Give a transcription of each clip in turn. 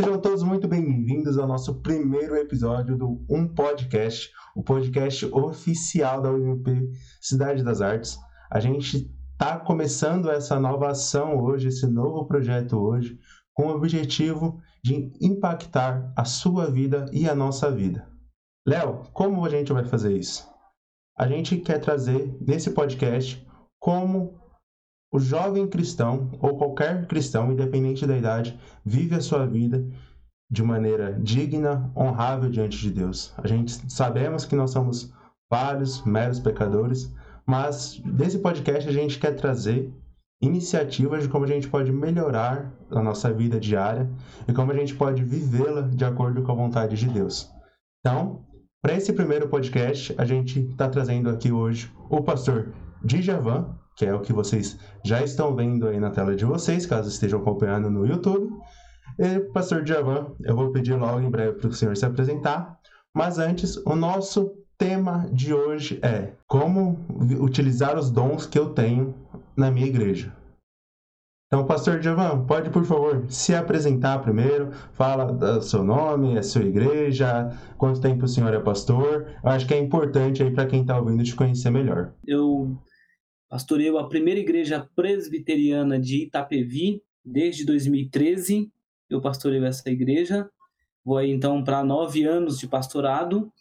Sejam todos muito bem-vindos ao nosso primeiro episódio do Podcast, o podcast oficial da UMP Cidade das Artes. A gente está começando essa nova ação hoje, esse novo projeto hoje, com o objetivo de impactar a sua vida e a nossa vida. Léo, como a gente vai fazer isso? A gente quer trazer nesse podcast como o jovem cristão, ou qualquer cristão, independente da idade, vive a sua vida de maneira digna, honrável diante de Deus. A gente sabemos que nós somos vários, meros pecadores, mas nesse podcast a gente quer trazer iniciativas de como a gente pode melhorar a nossa vida diária e como a gente pode vivê-la de acordo com a vontade de Deus. Então, para esse primeiro podcast, a gente está trazendo aqui hoje o pastor Djavan, que é o que vocês já estão vendo aí na tela de vocês, caso estejam acompanhando no YouTube. E, pastor Djavan, eu vou pedir logo em breve para o senhor se apresentar, mas antes, o nosso tema de hoje é como utilizar os dons que eu tenho na minha igreja. Então, pastor Djavan, pode, por favor, se apresentar primeiro, fala do seu nome, a sua igreja, quanto tempo o senhor é pastor. Eu acho que é importante aí para quem está ouvindo te conhecer melhor. Eu pastoreio a primeira igreja presbiteriana de Itapevi desde 2013. Eu pastoreio essa igreja. Vou aí então para 9 anos de pastorado.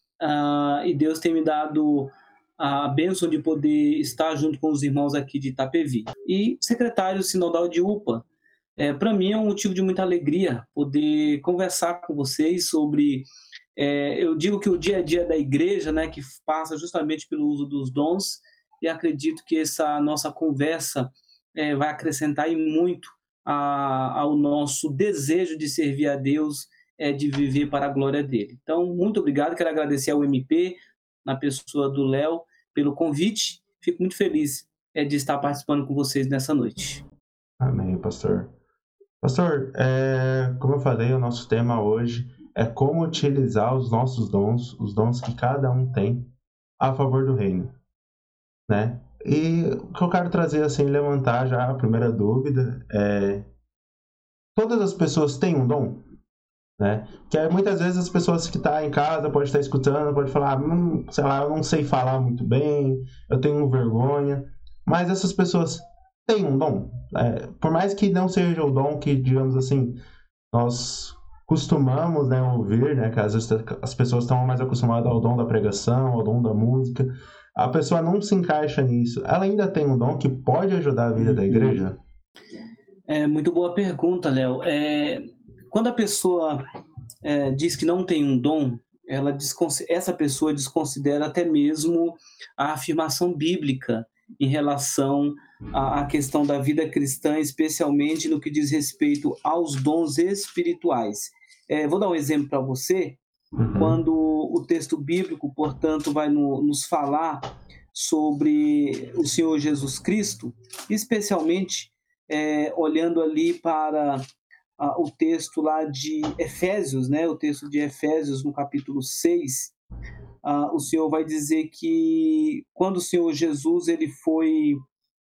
E Deus tem me dado a bênção de poder estar junto com os irmãos aqui de Itapevi. E secretário sinodal de UPA. Para mim é um motivo de muita alegria poder conversar com vocês sobre... eu digo que o dia a dia da igreja, né, que passa justamente pelo uso dos dons, e acredito que essa nossa conversa vai acrescentar muito ao nosso desejo de servir a Deus, de viver para a glória dele. Então, muito obrigado, quero agradecer ao MP, na pessoa do Léo, pelo convite. Fico muito feliz de estar participando com vocês nessa noite. Amém, pastor. Pastor, como eu falei, o nosso tema hoje é como utilizar os nossos dons, os dons que cada um tem, a favor do reino, né? E o que eu quero trazer, assim, levantar já a primeira dúvida é: todas as pessoas têm um dom? Né? Que muitas vezes as pessoas que estão em casa podem estar escutando, podem falar, sei lá, eu não sei falar muito bem, eu tenho vergonha, mas essas pessoas têm um dom. Por mais que não seja o dom que, digamos assim, nós costumamos, né, ouvir, né, que às vezes as pessoas estão mais acostumadas ao dom da pregação, ao dom da música, a pessoa não se encaixa nisso. Ela ainda tem um dom que pode ajudar a vida da igreja? Muito boa pergunta, Léo. Quando a pessoa diz que não tem um dom, essa pessoa desconsidera até mesmo a afirmação bíblica em relação à questão da vida cristã, especialmente no que diz respeito aos dons espirituais. Vou dar um exemplo para você. Quando o texto bíblico, portanto, vai nos falar sobre o Senhor Jesus Cristo, especialmente olhando ali para o texto lá de Efésios, né? O texto de Efésios no capítulo 6, o Senhor vai dizer que quando o Senhor Jesus ele foi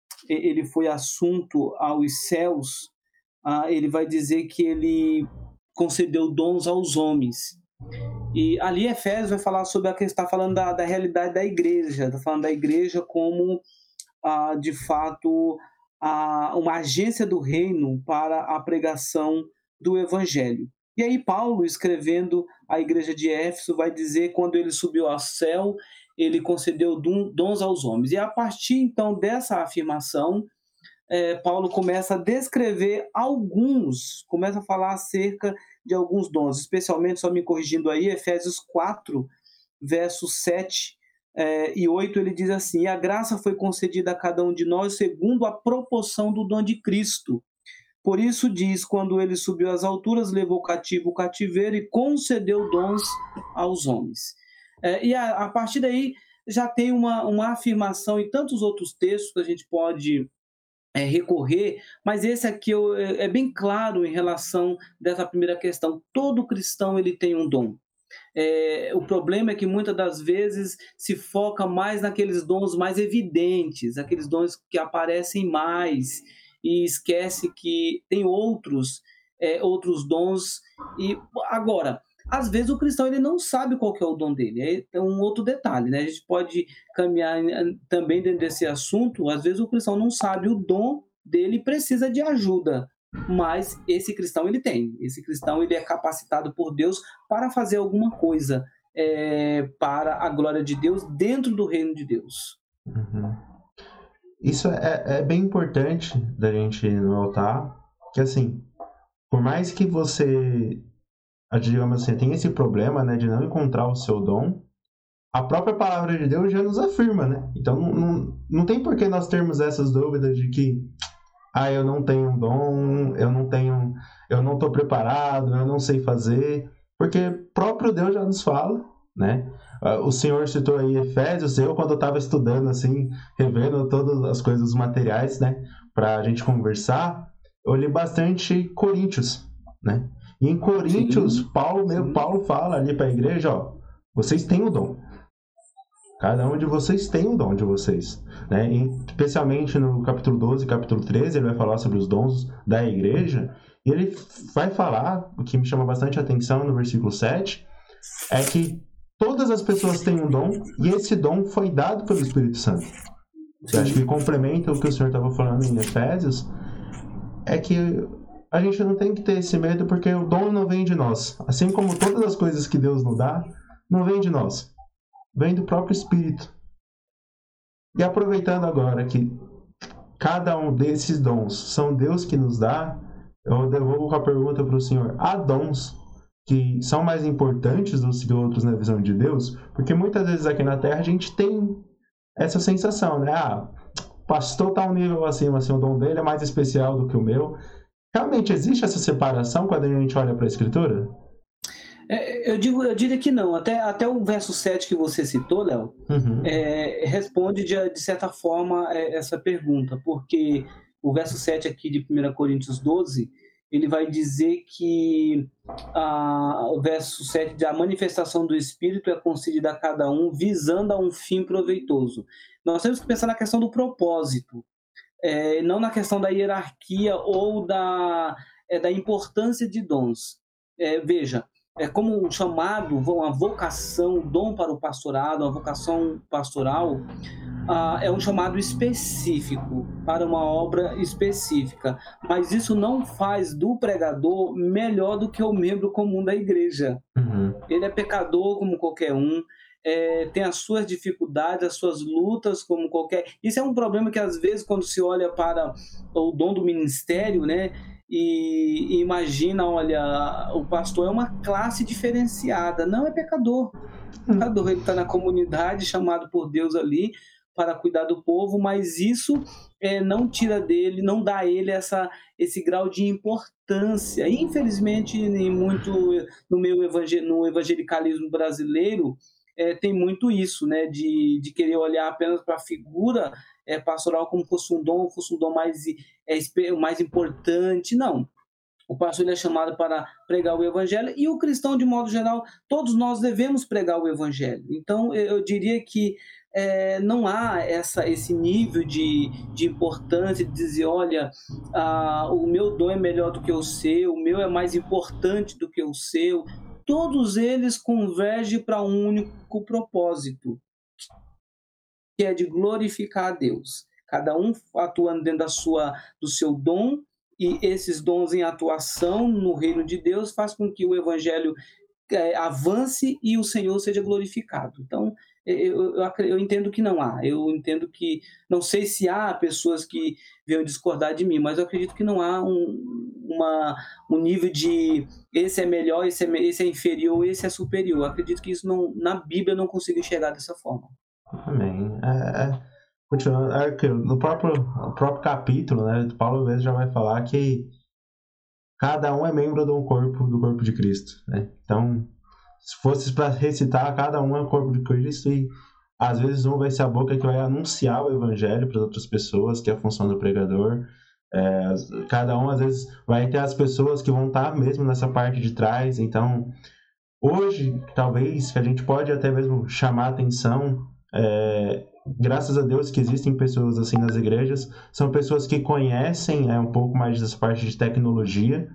assunto aos céus, ele vai dizer que ele concedeu dons aos homens. E ali Efésios vai falar sobre está falando da realidade da igreja, está falando da igreja como, de fato, uma agência do reino para a pregação do evangelho. E aí Paulo, escrevendo à igreja de Éfeso, vai dizer que quando ele subiu ao céu, ele concedeu dons aos homens. E a partir, então, dessa afirmação, Paulo começa a descrever começa a falar acerca de alguns dons, especialmente, só me corrigindo aí, Efésios 4, versos 7 e 8, ele diz assim: e a graça foi concedida a cada um de nós segundo a proporção do dom de Cristo. Por isso diz, quando ele subiu às alturas, levou cativo o cativeiro e concedeu dons aos homens. E a partir daí já tem uma afirmação e tantos outros textos que a gente pode recorrer, mas esse aqui é bem claro em relação dessa primeira questão. Todo cristão ele tem um dom. O problema é que muitas das vezes se foca mais naqueles dons mais evidentes, aqueles dons que aparecem mais, e esquece que tem outros outros dons. E agora, às vezes o cristão ele não sabe qual que é o dom dele. É um outro detalhe, né? A gente pode caminhar também dentro desse assunto. Às vezes o cristão não sabe o dom dele e precisa de ajuda. Mas esse cristão ele tem. Esse cristão ele é capacitado por Deus para fazer alguma coisa para a glória de Deus dentro do reino de Deus. Uhum. Isso é bem importante da gente notar que, assim, por mais que você, digamos assim, tenha esse problema, né, de não encontrar o seu dom, a própria palavra de Deus já nos afirma, né? Então não tem por que nós termos essas dúvidas de que eu não tenho um dom, eu não estou preparado, eu não sei fazer, porque próprio Deus já nos fala, né? O senhor citou aí Efésios. Eu, quando eu estava estudando, assim, revendo todas as coisas, os materiais, né, para a gente conversar, eu li bastante Coríntios, né? E em Coríntios, Paulo fala ali para a igreja, ó, vocês têm o dom. Cada um de vocês tem o dom de vocês, né? E, especialmente no capítulo 12 e capítulo 13, ele vai falar sobre os dons da igreja, e ele vai falar, o que me chama bastante atenção no versículo 7, é que todas as pessoas têm um dom, e esse dom foi dado pelo Espírito Santo. Eu acho que complementa o que o senhor estava falando em Efésios, é que a gente não tem que ter esse medo, porque o dom não vem de nós. Assim como todas as coisas que Deus nos dá, não vem de nós. Vem do próprio Espírito. E aproveitando agora que cada um desses dons são Deus que nos dá, eu devolvo a pergunta para o senhor. Há dons que são mais importantes do que outros na visão de Deus? Porque muitas vezes aqui na Terra a gente tem essa sensação, né? O pastor está um nível acima, assim, o dom dele é mais especial do que o meu. Realmente existe essa separação quando a gente olha para a Escritura? Eu diria que não. Até o verso 7 que você citou, Léo, responde de certa forma essa pergunta, porque o verso 7 aqui de 1 Coríntios 12, ele vai dizer que o verso 7, a manifestação do Espírito é concedida a cada um visando a um fim proveitoso. Nós temos que pensar na questão do propósito, não na questão da hierarquia ou da importância de dons. Veja, como um chamado, uma vocação, um dom para o pastorado, uma vocação pastoral, é um chamado específico para uma obra específica, mas isso não faz do pregador melhor do que o membro comum da igreja. Ele é pecador como qualquer um, tem as suas dificuldades, as suas lutas como qualquer... Isso é um problema que às vezes quando se olha para o dom do ministério, né, e imagina, olha, o pastor é uma classe diferenciada. Não, é pecador. Ele está na comunidade, chamado por Deus ali para cuidar do povo, mas isso não tira dele, não dá a ele esse grau de importância. Infelizmente, no evangelicalismo brasileiro, tem muito isso, né, de querer olhar apenas para a figura pastoral como fosse um dom mais importante. Não. O pastor ele é chamado para pregar o evangelho, e o cristão, de modo geral, todos nós devemos pregar o evangelho. Então, eu diria que não há esse nível de importância, de dizer, olha, o meu dom é melhor do que o seu, o meu é mais importante do que o seu. Todos eles convergem para um único propósito, que é de glorificar a Deus. Cada um atuando dentro do seu dom, e esses dons em atuação no reino de Deus faz com que o evangelho avance e o Senhor seja glorificado. Então, eu entendo que não há. Eu entendo que... Não sei se há pessoas que venham discordar de mim, mas eu acredito que não há um nível de esse é melhor, esse é inferior, esse é superior. Eu acredito que isso na Bíblia eu não consigo enxergar dessa forma. Amém. Continuando, no próprio capítulo, né, Paulo mesmo já vai falar que cada um é membro do corpo de Cristo, né? Então, se fosse para recitar, cada um é o corpo de Cristo, e às vezes um vai ser a boca que vai anunciar o evangelho para outras pessoas, que é a função do pregador. Cada um, às vezes, vai ter as pessoas que vão estar mesmo nessa parte de trás. Então, hoje, talvez, que a gente pode até mesmo chamar a atenção, graças a Deus que existem pessoas assim nas igrejas, são pessoas que conhecem um pouco mais dessa parte de tecnologia,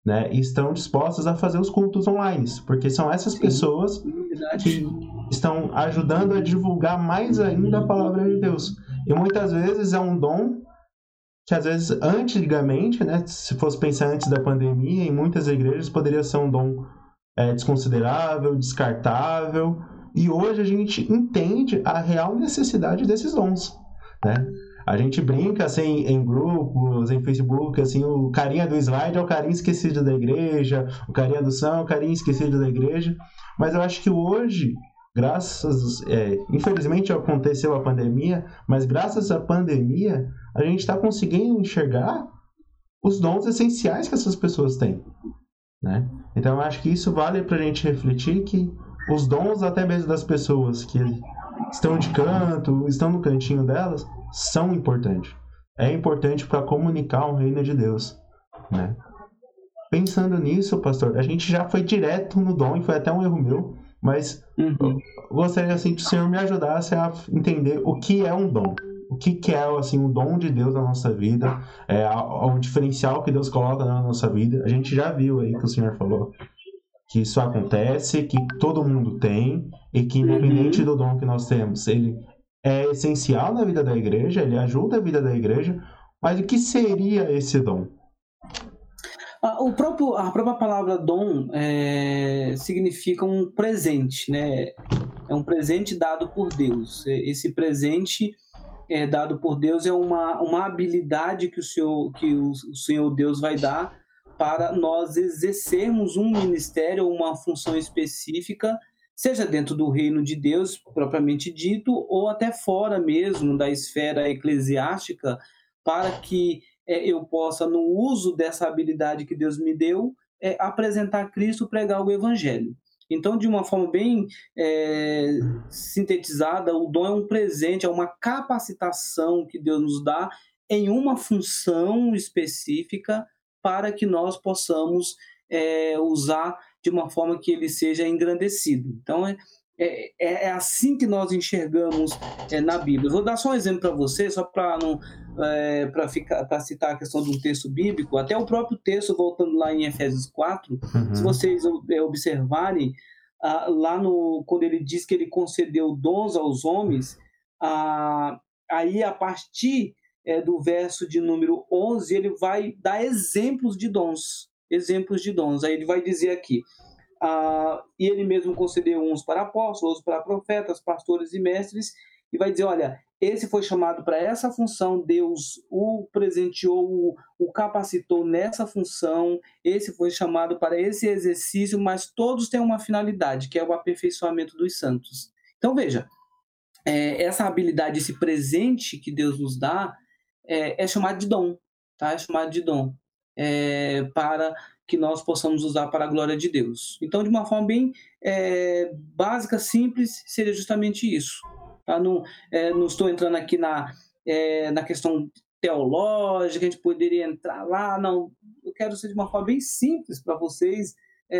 né, e estão dispostas a fazer os cultos online, porque são essas pessoas que estão ajudando a divulgar mais ainda a palavra de Deus. E muitas vezes é um dom que, às vezes, antigamente, né, se fosse pensar antes da pandemia, em muitas igrejas poderia ser um dom desconsiderável, descartável, e hoje a gente entende a real necessidade desses dons, né? A gente brinca assim em grupos, em Facebook, assim, o carinha do slide é o carinha esquecido da igreja, o carinha do som é o carinha esquecido da igreja, mas eu acho que hoje, infelizmente aconteceu a pandemia, mas graças à pandemia a gente está conseguindo enxergar os dons essenciais que essas pessoas têm, né? Então eu acho que isso vale para a gente refletir que os dons até mesmo das pessoas que estão de canto, estão no cantinho delas, são importantes. É importante para comunicar o reino de Deus, né? Pensando nisso, pastor, a gente já foi direto no dom, e foi até um erro meu, mas eu gostaria assim, que o senhor me ajudasse a entender o que é um dom. O que é assim, o dom de Deus na nossa vida, o diferencial que Deus coloca na nossa vida. A gente já viu aí que o senhor falou que isso acontece, que todo mundo tem, e que independente do dom que nós temos, ele é essencial na vida da igreja, ele ajuda a vida da igreja, mas o que seria esse dom? A própria palavra dom significa um presente, né? É um presente dado por Deus. Esse presente dado por Deus é uma habilidade que o Senhor Deus vai dar para nós exercermos um ministério ou uma função específica, seja dentro do reino de Deus, propriamente dito, ou até fora mesmo da esfera eclesiástica, para que eu possa, no uso dessa habilidade que Deus me deu, apresentar Cristo, pregar o Evangelho. Então, de uma forma bem sintetizada, o dom é um presente, é uma capacitação que Deus nos dá em uma função específica para que nós possamos usar de uma forma que ele seja engrandecido. Então, é assim que nós enxergamos na Bíblia. Eu vou dar só um exemplo para você, só para citar a questão de um texto bíblico, até o próprio texto, voltando lá em Efésios 4, se vocês observarem, quando ele diz que ele concedeu dons aos homens, aí a partir do verso de número 11, ele vai dar exemplos de dons. Aí ele vai dizer aqui, e ele mesmo concedeu uns para apóstolos, outros para profetas, pastores e mestres, e vai dizer, olha, esse foi chamado para essa função, Deus o presenteou, o capacitou nessa função, esse foi chamado para esse exercício, mas todos têm uma finalidade, que é o aperfeiçoamento dos santos. Então, veja, essa habilidade, esse presente que Deus nos dá, é chamado de dom, tá? É chamado de dom, para que nós possamos usar para a glória de Deus. Então, de uma forma bem básica, simples, seria justamente isso. Tá? Não estou entrando aqui na questão teológica, a gente poderia entrar lá, não. Eu quero ser de uma forma bem simples para vocês.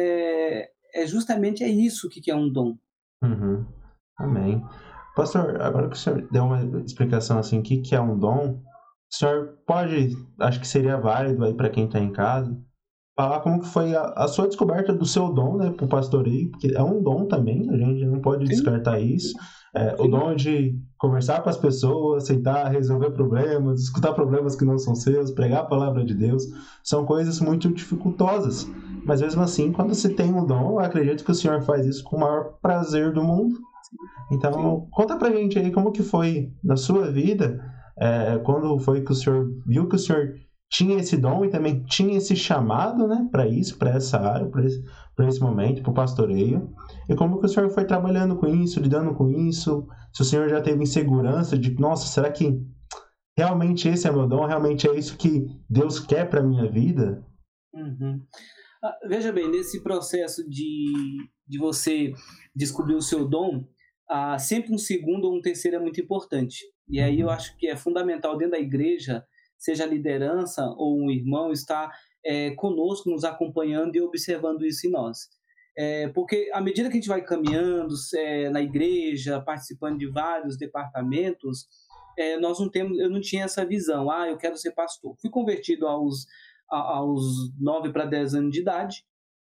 Justamente isso que é um dom. Uhum. Amém. Pastor, agora que o senhor deu uma explicação assim, o que é um dom, o senhor pode, acho que seria válido aí para quem está em casa, falar como que foi a sua descoberta do seu dom, né, para o pastoreio, porque é um dom também, a gente não pode descartar isso. O dom de conversar com as pessoas, aceitar, resolver problemas, escutar problemas que não são seus, pregar a palavra de Deus, são coisas muito dificultosas. Mas mesmo assim, quando se tem um dom, eu acredito que o senhor faz isso com o maior prazer do mundo. Então, conta pra gente aí como que foi na sua vida, quando foi que o senhor viu que o senhor tinha esse dom e também tinha esse chamado, né, para isso, para essa área, para esse momento, para o pastoreio. E como que o senhor foi trabalhando com isso, lidando com isso? Se o senhor já teve insegurança de, nossa, será que realmente esse é meu dom? Realmente é isso que Deus quer para minha vida? Uhum. Veja bem, nesse processo de você descobrir o seu dom, sempre um segundo ou um terceiro é muito importante. E aí eu acho que é fundamental dentro da igreja, seja a liderança ou um irmão, estar conosco, nos acompanhando e observando isso em nós. Porque à medida que a gente vai caminhando na igreja, participando de vários departamentos, eu não tinha essa visão, eu quero ser pastor. Fui convertido aos 9 para 10 anos de idade.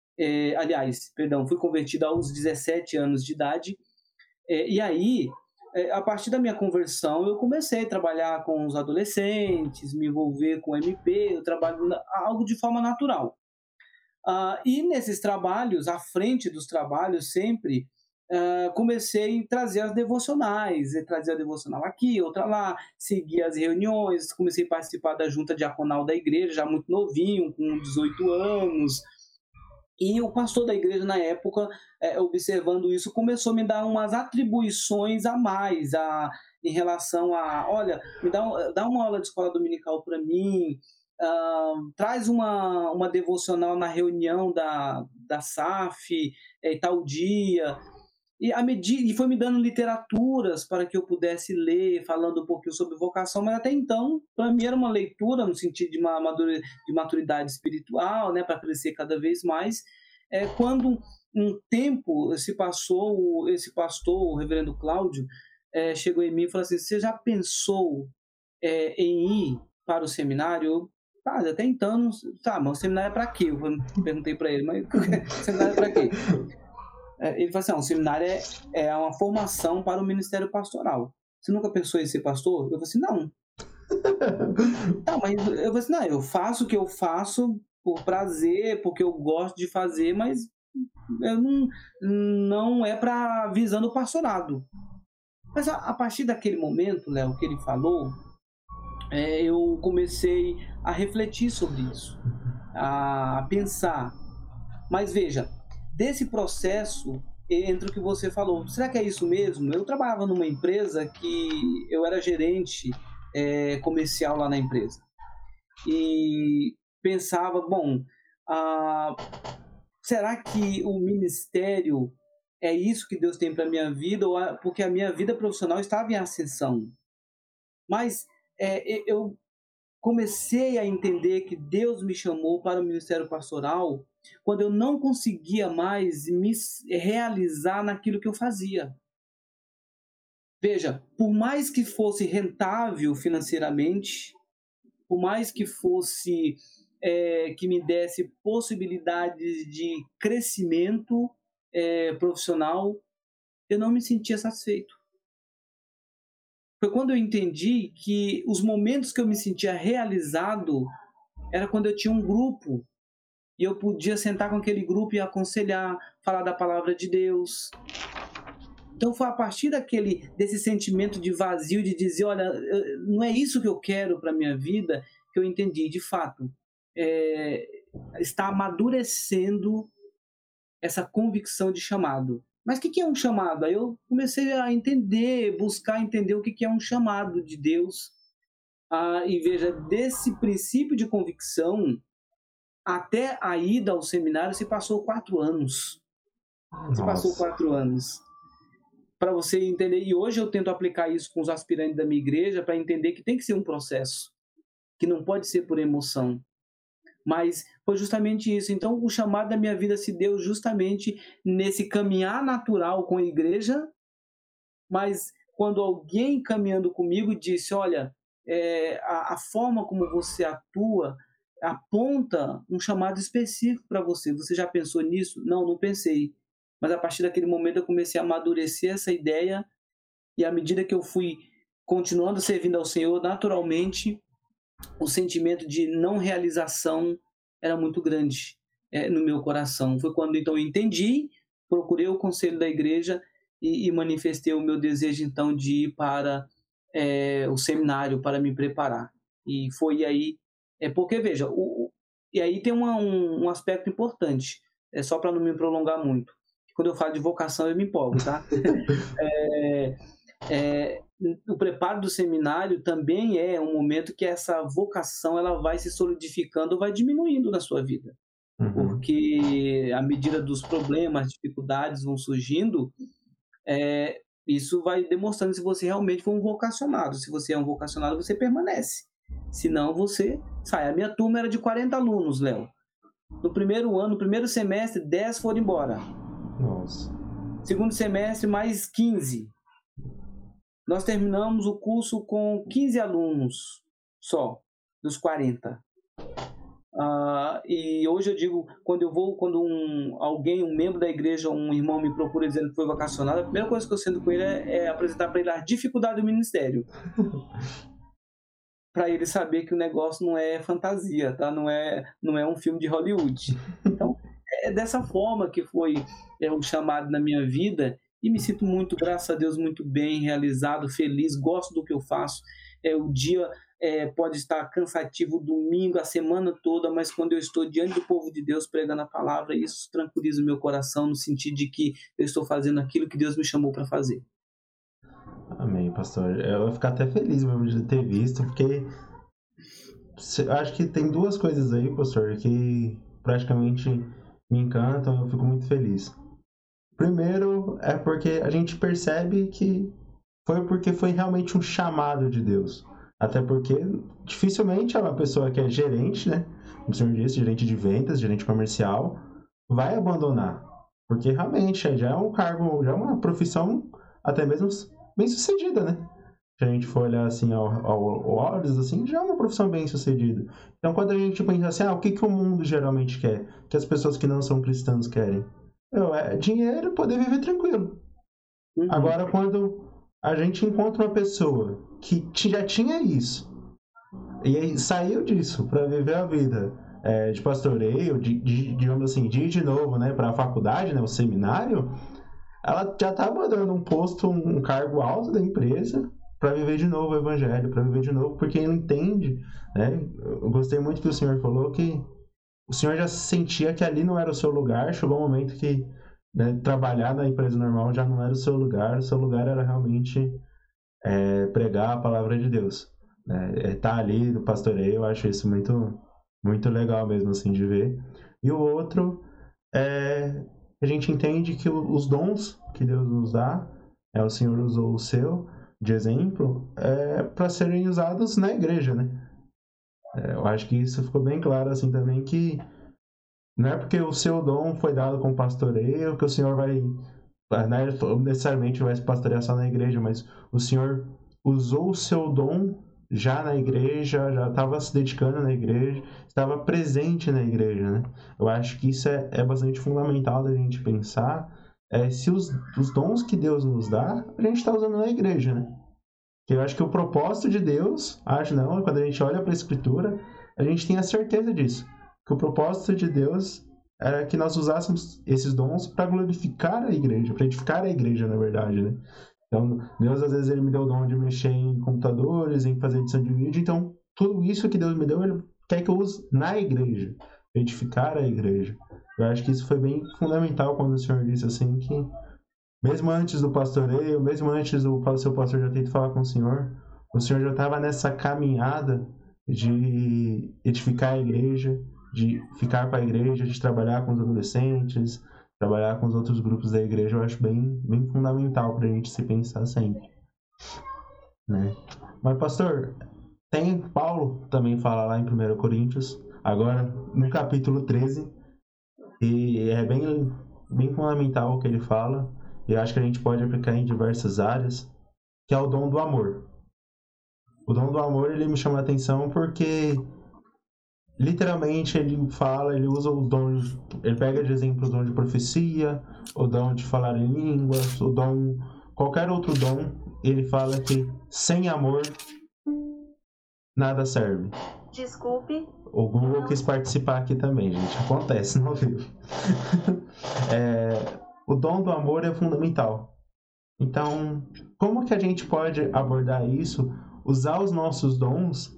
Fui convertido aos 17 anos de idade. E aí, a partir da minha conversão, eu comecei a trabalhar com os adolescentes, me envolver com MP, eu trabalho algo de forma natural. E nesses trabalhos, à frente dos trabalhos, sempre comecei a trazer as devocionais, trazer a devocional aqui, outra lá, seguir as reuniões, comecei a participar da junta diaconal da igreja, já muito novinho, com 18 anos. E o pastor da igreja, na época, observando isso, começou a me dar umas atribuições a mais em relação olha, dá uma aula de escola dominical para mim, traz uma devocional na reunião da SAF, tal dia. E foi me dando literaturas para que eu pudesse ler, falando um pouquinho sobre vocação, mas até então, para mim era uma leitura no sentido de maturidade espiritual, né, para crescer cada vez mais. Quando um tempo se passou, esse pastor, o reverendo Cláudio, chegou em mim e falou assim: você já pensou em ir para o seminário? Até então, mas o seminário é para quê? Eu perguntei para ele, mas o seminário é para quê? Ele falou assim: o seminário é uma formação para o ministério pastoral. Você nunca pensou em ser pastor? Eu falei assim: não. Mas eu falei assim: não, eu faço o que eu faço por prazer, porque eu gosto de fazer, mas eu não é para visando o pastorado. Mas a partir daquele momento, Léo, que ele falou, eu comecei a refletir sobre isso, a pensar. Mas veja, desse processo, entre o que você falou, será que é isso mesmo? Eu trabalhava numa empresa que eu era gerente comercial lá na empresa. E pensava, será que o ministério é isso que Deus tem para a minha vida? Porque a minha vida profissional estava em ascensão. Mas eu comecei a entender que Deus me chamou para o ministério pastoral quando eu não conseguia mais me realizar naquilo que eu fazia. Veja, por mais que fosse rentável financeiramente, por mais que fosse que me desse possibilidades de crescimento profissional, eu não me sentia satisfeito. Foi quando eu entendi que os momentos que eu me sentia realizado era quando eu tinha um grupo e eu podia sentar com aquele grupo e aconselhar, falar da palavra de Deus. Então foi a partir desse sentimento de vazio, de dizer, olha, não é isso que eu quero para a minha vida, que eu entendi, de fato, está amadurecendo essa convicção de chamado. Mas o que é um chamado? Aí eu comecei a buscar entender o que é um chamado de Deus. E veja, desse princípio de convicção até a ida ao seminário se passou 4 anos. Se passou 4 anos. Para você entender, e hoje eu tento aplicar isso com os aspirantes da minha igreja para entender que tem que ser um processo, que não pode ser por emoção. Mas foi justamente isso. Então, o chamado da minha vida se deu justamente nesse caminhar natural com a igreja, mas quando alguém caminhando comigo disse, olha, a forma como você atua aponta um chamado específico para você. Você já pensou nisso? Não pensei. Mas a partir daquele momento eu comecei a amadurecer essa ideia e à medida que eu fui continuando servindo ao Senhor, naturalmente o sentimento de não realização era muito grande no meu coração. Foi quando então eu entendi, procurei o conselho da igreja e manifestei o meu desejo então de ir para o seminário para me preparar. E foi aí, porque veja, e aí tem um aspecto importante, só para não me prolongar muito. Quando eu falo de vocação eu me empolgo, tá? O preparo do seminário também é um momento que essa vocação ela vai se solidificando, vai diminuindo na sua vida. Porque à medida dos problemas, dificuldades vão surgindo, isso vai demonstrando se você realmente for um vocacionado. Se você é um vocacionado, você permanece. Senão você sai. A minha turma era de 40 alunos, Léo. No primeiro ano, no primeiro semestre, 10 foram embora. Nossa. Segundo semestre, mais 15. Nós terminamos o curso com 15 alunos só, dos 40. E hoje eu digo, quando um membro da igreja, um irmão me procura dizendo que foi vacacionado, a primeira coisa que eu sento com ele é apresentar para ele a dificuldade do ministério. Para ele saber que o negócio não é fantasia, tá? Não é um filme de Hollywood. Então, é dessa forma que foi um chamado na minha vida, e me sinto muito, graças a Deus, muito bem realizado, feliz, gosto do que eu faço. O dia pode estar cansativo, domingo, a semana toda, mas quando eu estou diante do povo de Deus pregando a palavra, isso tranquiliza o meu coração, no sentido de que eu estou fazendo aquilo que Deus me chamou para fazer. Amém, pastor. Eu vou ficar até feliz mesmo de ter visto, porque acho que tem duas coisas aí, pastor, que praticamente me encantam e eu fico muito feliz. Primeiro é porque a gente percebe que foi porque foi realmente um chamado de Deus. Até porque dificilmente é uma pessoa que é gerente, né? Como o senhor disse, gerente de vendas, gerente comercial, vai abandonar. Porque realmente já é um cargo, já é uma profissão até mesmo bem sucedida, né? Se a gente for olhar assim ao olhos, assim, já é uma profissão bem sucedida. Então quando a gente pensa assim, o que o mundo geralmente quer? O que as pessoas que não são cristãos querem? É dinheiro e poder viver tranquilo. Agora, quando a gente encontra uma pessoa que já tinha isso e aí saiu disso para viver a vida de pastoreio, digamos assim, de ir de novo, né, para a faculdade, né, o seminário, ela já estava dando um posto, um cargo alto da empresa para viver de novo o evangelho, para viver de novo, porque ele entende, né? Eu gostei muito que o senhor falou que o senhor já sentia que ali não era o seu lugar, chegou um momento que, né, trabalhar na empresa normal já não era o seu lugar era realmente pregar a palavra de Deus. Tá ali no pastoreio, eu acho isso muito, muito legal mesmo assim de ver. E o outro é a gente entende que os dons que Deus nos dá, o Senhor usou o seu de exemplo, para serem usados na igreja, né? Eu acho que isso ficou bem claro assim também, que não é porque o seu dom foi dado com pastoreio que o Senhor vai, não necessariamente vai se pastorear só na igreja, mas o Senhor usou o seu dom já na igreja, já estava se dedicando na igreja, estava presente na igreja, né? Eu acho que isso é bastante fundamental da gente pensar, se os dons que Deus nos dá, a gente está usando na igreja, né? Eu acho que o propósito de Deus, quando a gente olha para a Escritura, a gente tem a certeza disso, que o propósito de Deus era que nós usássemos esses dons para glorificar a igreja, para edificar a igreja, na verdade, né? Então, Deus, às vezes, ele me deu o dom de mexer em computadores, em fazer edição de vídeo. Então, tudo isso que Deus me deu, ele quer que eu use na igreja, edificar a igreja. Eu acho que isso foi bem fundamental quando o Senhor disse assim que, mesmo antes do pastoreio, mesmo antes do seu pastor já ter falar com o Senhor já estava nessa caminhada de edificar a igreja, de ficar com a igreja, de trabalhar com os adolescentes, trabalhar com os outros grupos da igreja. Eu acho bem, bem fundamental para a gente se pensar sempre, né? Mas, pastor, tem Paulo também fala lá em 1 Coríntios, agora no capítulo 13, e é bem, bem fundamental o que ele fala, e eu acho que a gente pode aplicar em diversas áreas, que é o dom do amor. O dom do amor, ele me chama a atenção porque literalmente ele usa os dons, ele pega de exemplo o dom de profecia, o dom de falar em línguas, o dom, qualquer outro dom, ele fala que sem amor nada serve. Desculpe. O Google quis participar aqui também, gente, acontece no vivo. O dom do amor é fundamental. Então, como que a gente pode abordar isso, usar os nossos dons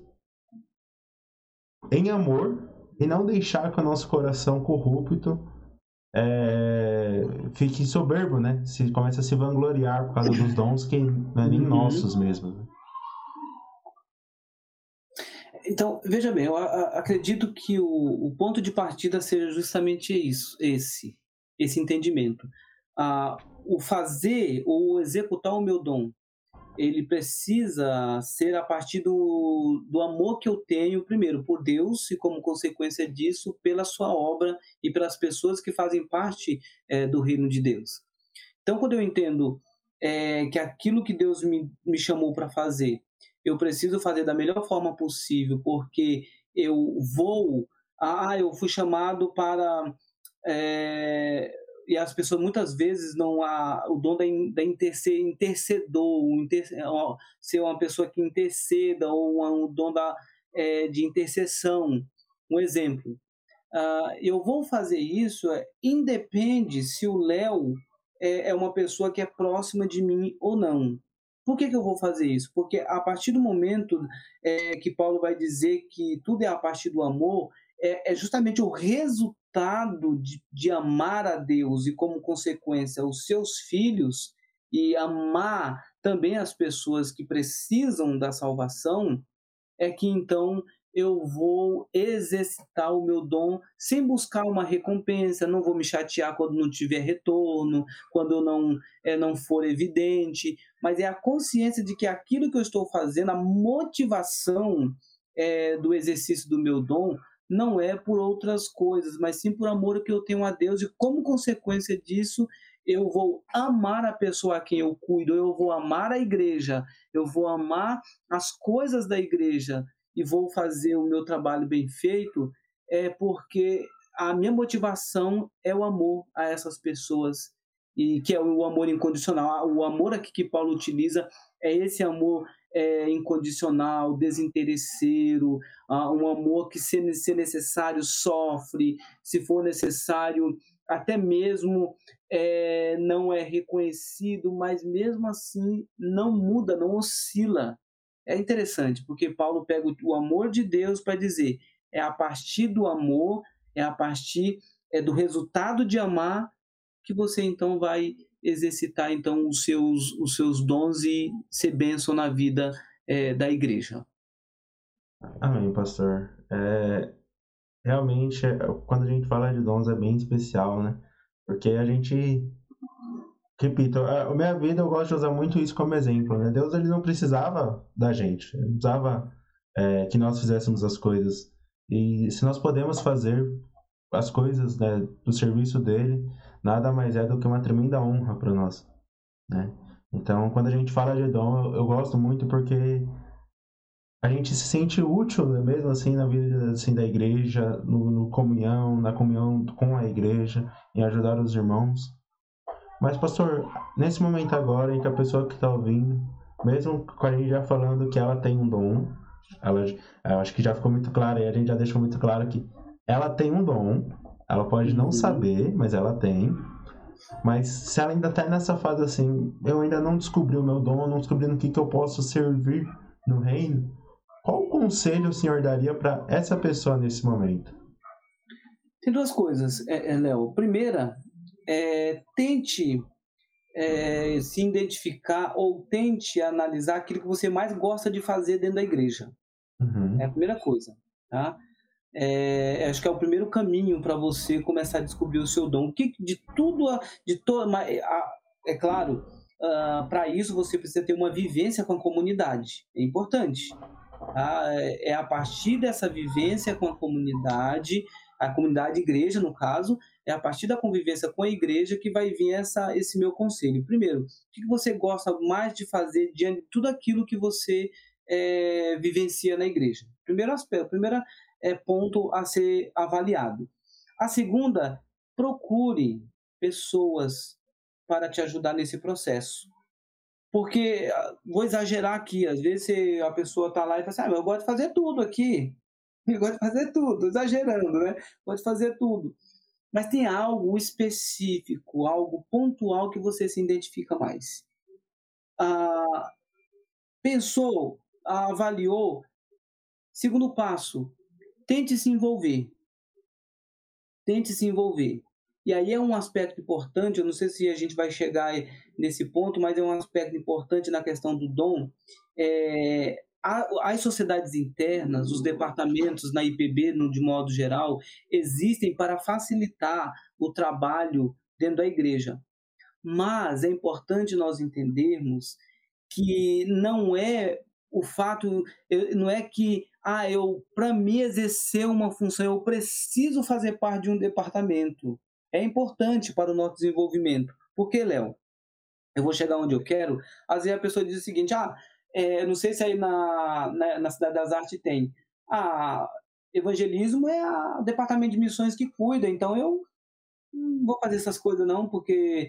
em amor e não deixar que o nosso coração corrupto fique soberbo, né? Se começa a se vangloriar por causa dos dons que não é nem nossos mesmo. Então, veja bem, eu acredito que o ponto de partida seja justamente esse entendimento. O fazer ou executar o meu dom, ele precisa ser a partir do amor que eu tenho, primeiro, por Deus e, como consequência disso, pela sua obra e pelas pessoas que fazem parte do reino de Deus. Então, quando eu entendo que aquilo que Deus me chamou para fazer, eu preciso fazer da melhor forma possível, porque eu vou eu fui chamado para... e as pessoas muitas vezes não há o dom ser intercedor, ser uma pessoa que interceda, ou um dom de intercessão. Um exemplo, eu vou fazer isso, independe se o Léo é uma pessoa que é próxima de mim ou não. Por que eu vou fazer isso? Porque a partir do momento que Paulo vai dizer que tudo é a partir do amor, é justamente o resultado de amar a Deus e, como consequência, os seus filhos, e amar também as pessoas que precisam da salvação, é que então eu vou exercitar o meu dom sem buscar uma recompensa, não vou me chatear quando não tiver retorno, quando eu não for evidente, mas é a consciência de que aquilo que eu estou fazendo, a motivação do exercício do meu dom, não é por outras coisas, mas sim por amor que eu tenho a Deus, e como consequência disso, eu vou amar a pessoa a quem eu cuido, eu vou amar a igreja, eu vou amar as coisas da igreja, e vou fazer o meu trabalho bem feito, porque a minha motivação é o amor a essas pessoas, e que é o amor incondicional. O amor aqui que Paulo utiliza é esse amor incondicional, desinteresseiro, um amor que, se necessário, sofre, se for necessário, até mesmo não é reconhecido, mas mesmo assim não muda, não oscila. É interessante, porque Paulo pega o amor de Deus para dizer, é a partir do amor, é a partir do resultado de amar, que você então vai exercitar então os seus dons e ser bênção na vida da igreja. Amém, pastor. Realmente, quando a gente fala de dons, é bem especial, né? Porque a gente... Repito, a minha vida eu gosto de usar muito isso como exemplo, né? Deus, ele não precisava da gente, ele precisava que nós fizéssemos as coisas. E se nós podemos fazer as coisas, né, do serviço dele, nada mais é do que uma tremenda honra para nós, né? Então, quando a gente fala de dom, eu gosto muito porque a gente se sente útil, né, mesmo assim, na vida assim, da igreja, na comunhão com a igreja, em ajudar os irmãos. Mas, pastor, nesse momento agora em que a pessoa que está ouvindo, mesmo com a gente já falando que ela tem um dom, eu acho que já ficou muito claro, e a gente já deixou muito claro que ela tem um dom, ela pode não saber, mas ela tem. Mas se ela ainda está nessa fase assim, eu ainda não descobri o meu dom, não descobri no que eu posso servir no reino, qual conselho o senhor daria para essa pessoa nesse momento? Tem duas coisas, Léo. Primeira, tente se identificar ou tente analisar aquilo que você mais gosta de fazer dentro da igreja. É a primeira coisa, tá? Acho que é o primeiro caminho para você começar a descobrir o seu dom. É claro, para isso você precisa ter uma vivência com a comunidade. É importante. Tá? É a partir dessa vivência com a comunidade igreja, no caso, é a partir da convivência com a igreja que vai vir esse meu conselho. Primeiro, o que você gosta mais de fazer diante de tudo aquilo que você vivencia na igreja? Primeiro aspecto, primeiro ponto a ser avaliado. A segunda, procure pessoas para te ajudar nesse processo. Porque, vou exagerar aqui, às vezes a pessoa está lá e fala assim, eu gosto de fazer tudo aqui. Eu gosto de fazer tudo, exagerando, né? Gosto de fazer tudo. Mas tem algo específico, algo pontual que você se identifica mais. Pensou, avaliou. Segundo passo, tente se envolver. Tente se envolver. E aí é um aspecto importante, eu não sei se a gente vai chegar nesse ponto, mas é um aspecto importante na questão do dom. As sociedades internas, os departamentos na IPB, de modo geral, existem para facilitar o trabalho dentro da igreja. Mas é importante nós entendermos que não é o fato, não é que para mim exercer uma função, eu preciso fazer parte de um departamento. É importante para o nosso desenvolvimento. Por que, Léo? Eu vou chegar onde eu quero. Às vezes a pessoa diz o seguinte, não sei se aí na Cidade das Artes tem. evangelismo é o departamento de missões que cuida, então eu não vou fazer essas coisas não, porque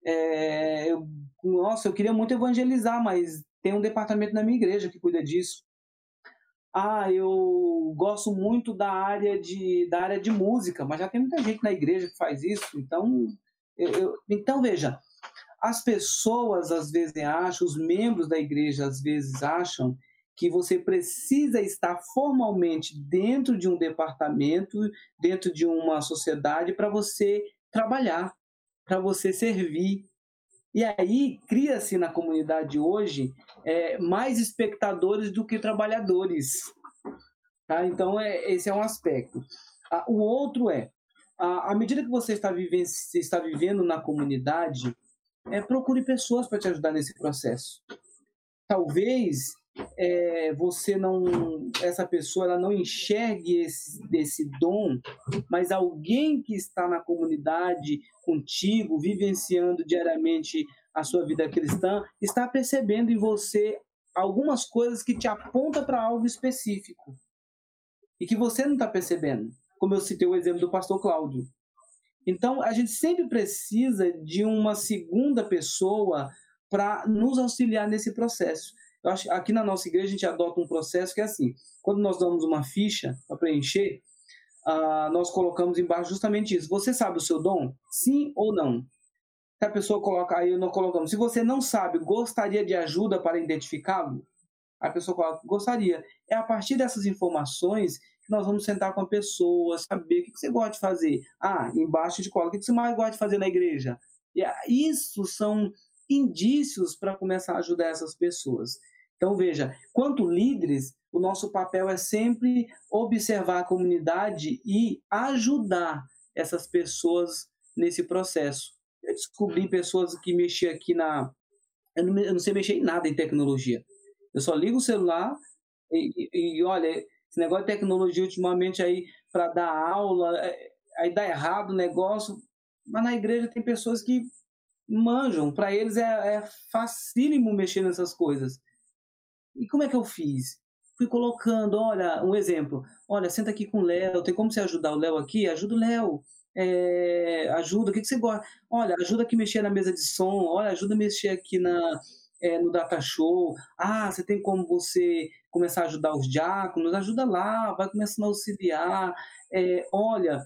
eu queria muito evangelizar, mas tem um departamento na minha igreja que cuida disso. Eu gosto muito da área de música, mas já tem muita gente na igreja que faz isso, então veja, as pessoas às vezes acham, os membros da igreja às vezes acham que você precisa estar formalmente dentro de um departamento, dentro de uma sociedade para você trabalhar, para você servir. E aí cria-se na comunidade hoje mais espectadores do que trabalhadores. Tá? Então, esse é um aspecto. O outro à medida que você está vivendo na comunidade, procure pessoas para te ajudar nesse processo. Talvez essa pessoa ela não enxergue esse dom, mas alguém que está na comunidade contigo, vivenciando diariamente a sua vida cristã, está percebendo em você algumas coisas que te apontam para algo específico e que você não está percebendo, como eu citei o exemplo do pastor Cláudio. Então, a gente sempre precisa de uma segunda pessoa para nos auxiliar nesse processo. Eu acho, aqui na nossa igreja a gente adota um processo que é assim: quando nós damos uma ficha para preencher, nós colocamos embaixo justamente isso. Você sabe o seu dom? Sim ou não? Se a pessoa coloca, aí nós colocamos, se você não sabe, gostaria de ajuda para identificá-lo? A pessoa coloca, gostaria. É a partir dessas informações que nós vamos sentar com a pessoa, saber o que você gosta de fazer. Embaixo de cola, o que você mais gosta de fazer na igreja? Isso são indícios para começar a ajudar essas pessoas. Então, veja, quanto líderes, o nosso papel é sempre observar a comunidade e ajudar essas pessoas nesse processo. Eu descobri pessoas que mexiam aqui eu não sei mexer em nada em tecnologia. Eu só ligo o celular e olha, esse negócio de tecnologia ultimamente aí para dar aula, aí dá errado o negócio, mas na igreja tem pessoas que manjam, para eles é facílimo mexer nessas coisas. E como é que eu fiz? Fui colocando, olha, um exemplo, olha, senta aqui com o Léo, tem como você ajudar o Léo aqui? Ajuda o Léo, ajuda, o que você gosta? Olha, ajuda aqui a mexer na mesa de som, olha, ajuda a mexer aqui no data show, você tem como você começar a ajudar os diáconos, ajuda lá, vai começando a auxiliar, olha,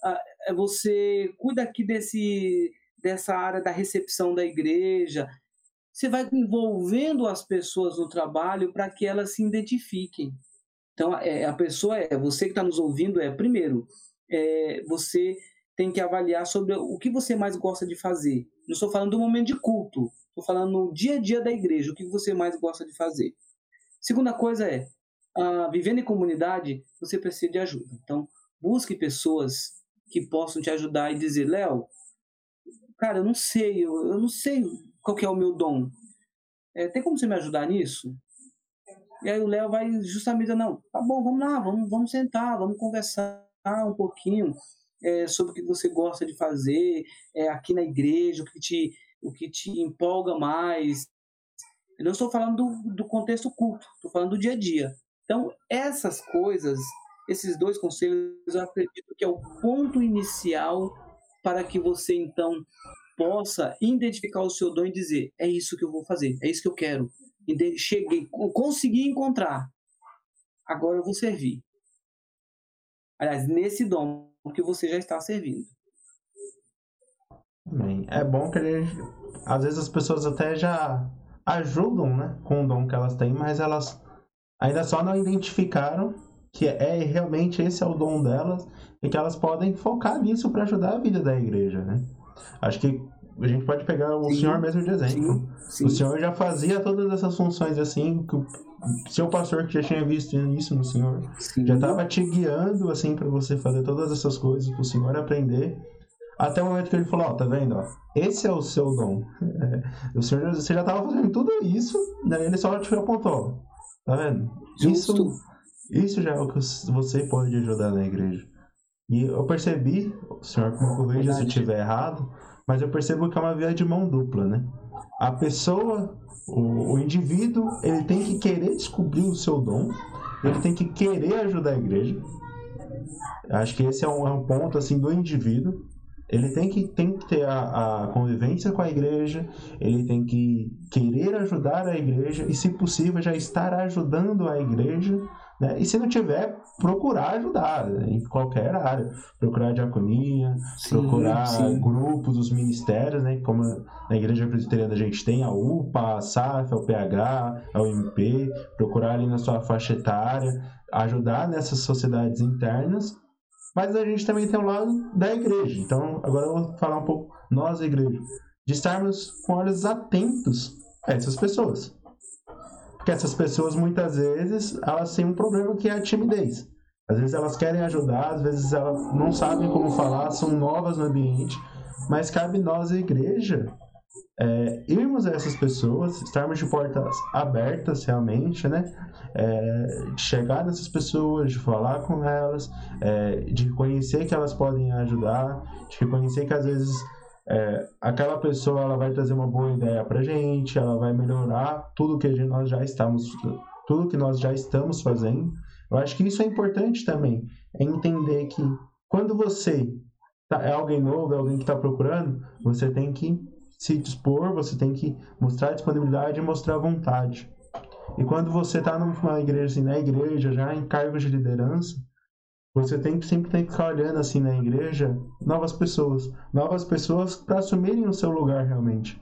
você cuida aqui dessa área da recepção da igreja. Você vai envolvendo as pessoas no trabalho para que elas se identifiquem. Então, a pessoa você que está nos ouvindo, primeiro, você tem que avaliar sobre o que você mais gosta de fazer. Não estou falando do momento de culto, estou falando no dia a dia da igreja, o que você mais gosta de fazer. Segunda coisa vivendo em comunidade, você precisa de ajuda. Então, busque pessoas que possam te ajudar e dizer, Léo, cara, eu não sei qual que é o meu dom. Tem como você me ajudar nisso? E aí o Léo vai justamente dizer, não, tá bom, vamos lá, vamos sentar, vamos conversar um pouquinho sobre o que você gosta de fazer aqui na igreja, o que te empolga mais. Eu não estou falando do contexto culto, estou falando do dia a dia. Então, essas coisas, esses dois conselhos, eu acredito que é o ponto inicial para que você, então, possa identificar o seu dom e dizer, é isso que eu vou fazer, é isso que eu quero. Cheguei, consegui encontrar, agora eu vou servir. Aliás, nesse dom que você já está servindo. Bem, é bom que às vezes as pessoas até já ajudam, né, com o dom que elas têm, mas elas ainda só não identificaram que realmente esse é o dom delas e que elas podem focar nisso para ajudar a vida da igreja, né? Acho que a gente pode pegar o senhor mesmo de exemplo. Sim. O senhor já fazia todas essas funções assim, que o seu pastor que já tinha visto isso no senhor, já estava te guiando assim para você fazer todas essas coisas, para o senhor aprender, até o momento que ele falou, tá vendo? Esse é o seu dom. O senhor, você já estava fazendo tudo isso, né? Ele só te apontou, tá vendo? Isso já é o que você pode ajudar na igreja. E eu percebi, o senhor me corrija se eu estiver errado, mas eu percebo que é uma via de mão dupla, né? A pessoa, o indivíduo, ele tem que querer descobrir o seu dom, ele tem que querer ajudar a igreja, Acho que esse é um ponto assim do indivíduo. Ele tem que ter a convivência com a igreja, ele tem que querer ajudar a igreja e, se possível, já estar ajudando a igreja, né? E se não tiver, procurar ajudar, né? Em qualquer área. Procurar diaconia, procurar grupos, os ministérios, né? Como na igreja presbiteriana a gente tem a UPA, a SAF, a UPH, a UMP, procurar ali na sua faixa etária, ajudar nessas sociedades internas. Mas a gente também tem o lado da igreja. Então, agora eu vou falar um pouco, nós, a igreja, de estarmos com olhos atentos a essas pessoas. Porque essas pessoas, muitas vezes, elas têm um problema que é a timidez. Às vezes elas querem ajudar, às vezes elas não sabem como falar, são novas no ambiente. Mas cabe nós, a igreja, irmos a essas pessoas, estarmos de portas abertas realmente, né? De chegar nessas pessoas, de falar com elas, de reconhecer que elas podem ajudar, de reconhecer que às vezes aquela pessoa ela vai trazer uma boa ideia pra gente, ela vai melhorar tudo que nós já estamos fazendo. Eu acho que isso é importante também, é entender que quando você é alguém novo, é alguém que está procurando, você tem que se dispor, você tem que mostrar disponibilidade e mostrar vontade. E quando você está numa igreja, assim, na igreja, já em cargos de liderança, você sempre tem que ficar olhando assim na igreja novas pessoas para assumirem o seu lugar realmente.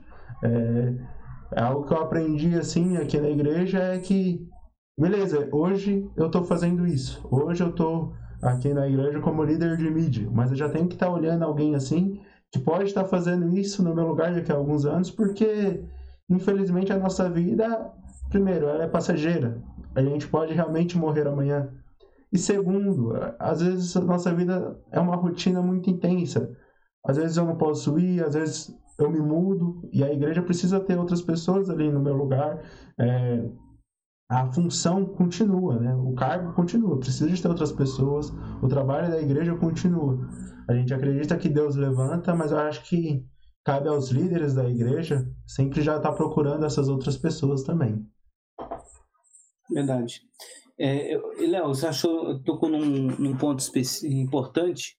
Algo que eu aprendi assim aqui na igreja é que, beleza, hoje eu estou fazendo isso, hoje eu estou aqui na igreja como líder de mídia, mas eu já tenho que estar olhando alguém assim que pode estar fazendo isso no meu lugar daqui a alguns anos, porque infelizmente a nossa vida, primeiro, ela é passageira, a gente pode realmente morrer amanhã. E segundo, às vezes a nossa vida é uma rotina muito intensa. Às vezes eu não posso ir, às vezes eu me mudo, e a igreja precisa ter outras pessoas ali no meu lugar. A função continua, né? O cargo continua, precisa de ter outras pessoas, o trabalho da igreja continua. A gente acredita que Deus levanta, mas eu acho que cabe aos líderes da igreja sempre já estar procurando essas outras pessoas também. Verdade. Léo, você tocou num ponto importante.